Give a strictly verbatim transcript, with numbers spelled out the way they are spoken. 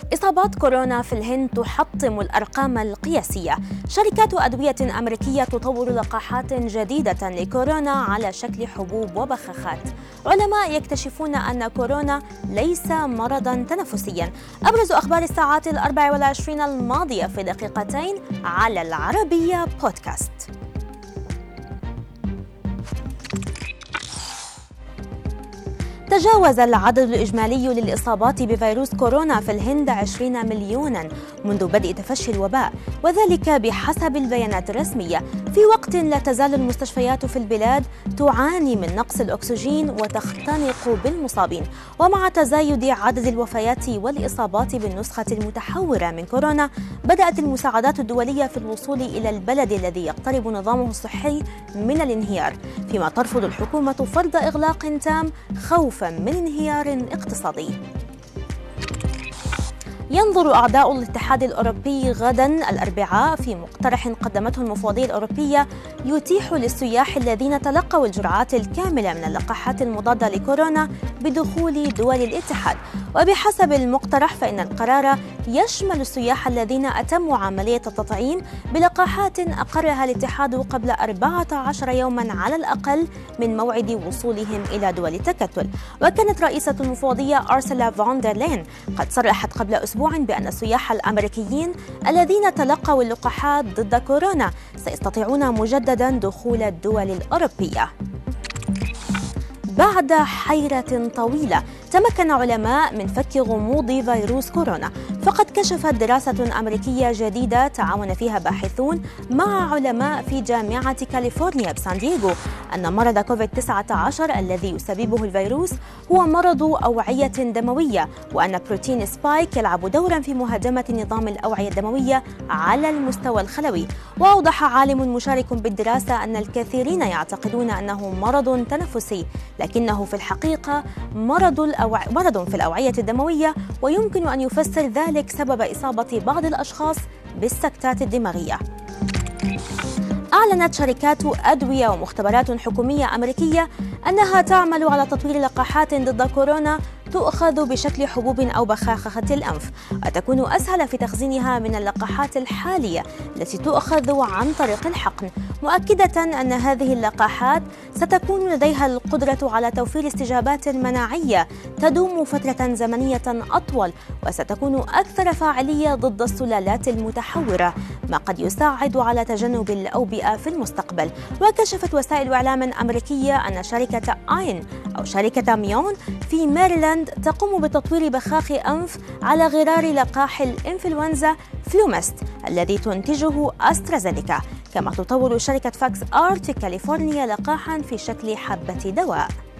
إصابات كورونا في الهند تحطم الأرقام القياسية. شركات أدوية أمريكية تطور لقاحات جديدة لكورونا على شكل حبوب وبخاخات. علماء يكتشفون أن كورونا ليس مرضاً تنفسياً. أبرز أخبار الساعات الأربع والعشرين الماضية في دقيقتين على العربية بودكاست. تجاوز العدد الإجمالي للإصابات بفيروس كورونا في الهند عشرين مليوناً منذ بدء تفشي الوباء، وذلك بحسب البيانات الرسمية، في وقت لا تزال المستشفيات في البلاد تعاني من نقص الأكسجين وتختنق بالمصابين. ومع تزايد عدد الوفيات والإصابات بالنسخة المتحورة من كورونا، بدأت المساعدات الدولية في الوصول إلى البلد الذي يقترب نظامه الصحي من الانهيار، فيما ترفض الحكومة فرض إغلاق تام خوفاً من انهيار اقتصادي. ينظر أعضاء الاتحاد الأوروبي غداً الأربعاء في مقترح قدمته المفوضية الأوروبية يتيح للسياح الذين تلقوا الجرعات الكاملة من اللقاحات المضادة لكورونا بدخول دول الاتحاد. وبحسب المقترح فإن القرار يشمل السياح الذين أتموا عملية التطعيم بلقاحات أقرها الاتحاد قبل أربعة عشر يوماً على الأقل من موعد وصولهم إلى دول التكتل. وكانت رئيسة المفوضية أرسولا فون دير لاين قد صرحت قبل أسبوع بأن السياح الأمريكيين الذين تلقوا اللقاحات ضد كورونا سيستطيعون مجدداً دخول الدول الأوروبية. بعد حيرة طويلة تمكن علماء من فك غموض فيروس كورونا، فقد كشفت دراسة أمريكية جديدة تعاون فيها باحثون مع علماء في جامعة كاليفورنيا بسان دييغو أن مرض كوفيد تسعة عشر الذي يسببه الفيروس هو مرض أوعية دموية، وأن بروتين سبايك يلعب دورا في مهاجمة نظام الأوعية الدموية على المستوى الخلوي. وأوضح عالم مشارك بالدراسة أن الكثيرين يعتقدون أنه مرض تنفسي، لكنه في الحقيقة مرض الأوع... مرض في الأوعية الدموية، ويمكن أن يفسر ذلك سبب إصابة بعض الأشخاص بالسكتات الدماغية. أعلنت شركات أدوية ومختبرات حكومية أمريكية أنها تعمل على تطوير لقاحات ضد كورونا تؤخذ بشكل حبوب أو بخاخة الأنف، وتكون أسهل في تخزينها من اللقاحات الحالية التي تؤخذ عن طريق الحقن، مؤكدة أن هذه اللقاحات ستكون لديها القدرة على توفير استجابات مناعية تدوم فترة زمنية أطول، وستكون أكثر فاعلية ضد السلالات المتحورة، ما قد يساعد على تجنب الأوبئة في المستقبل. وكشفت وسائل إعلام أمريكية أن شركة آين أو شركة ميون في ميريلاند تقوم بتطوير بخاخ أنف على غرار لقاح الإنفلونزا فلومست الذي تنتجه أسترازينيكا، كما تطور شركة فاكس آرت في كاليفورنيا لقاحا في شكل حبة دواء.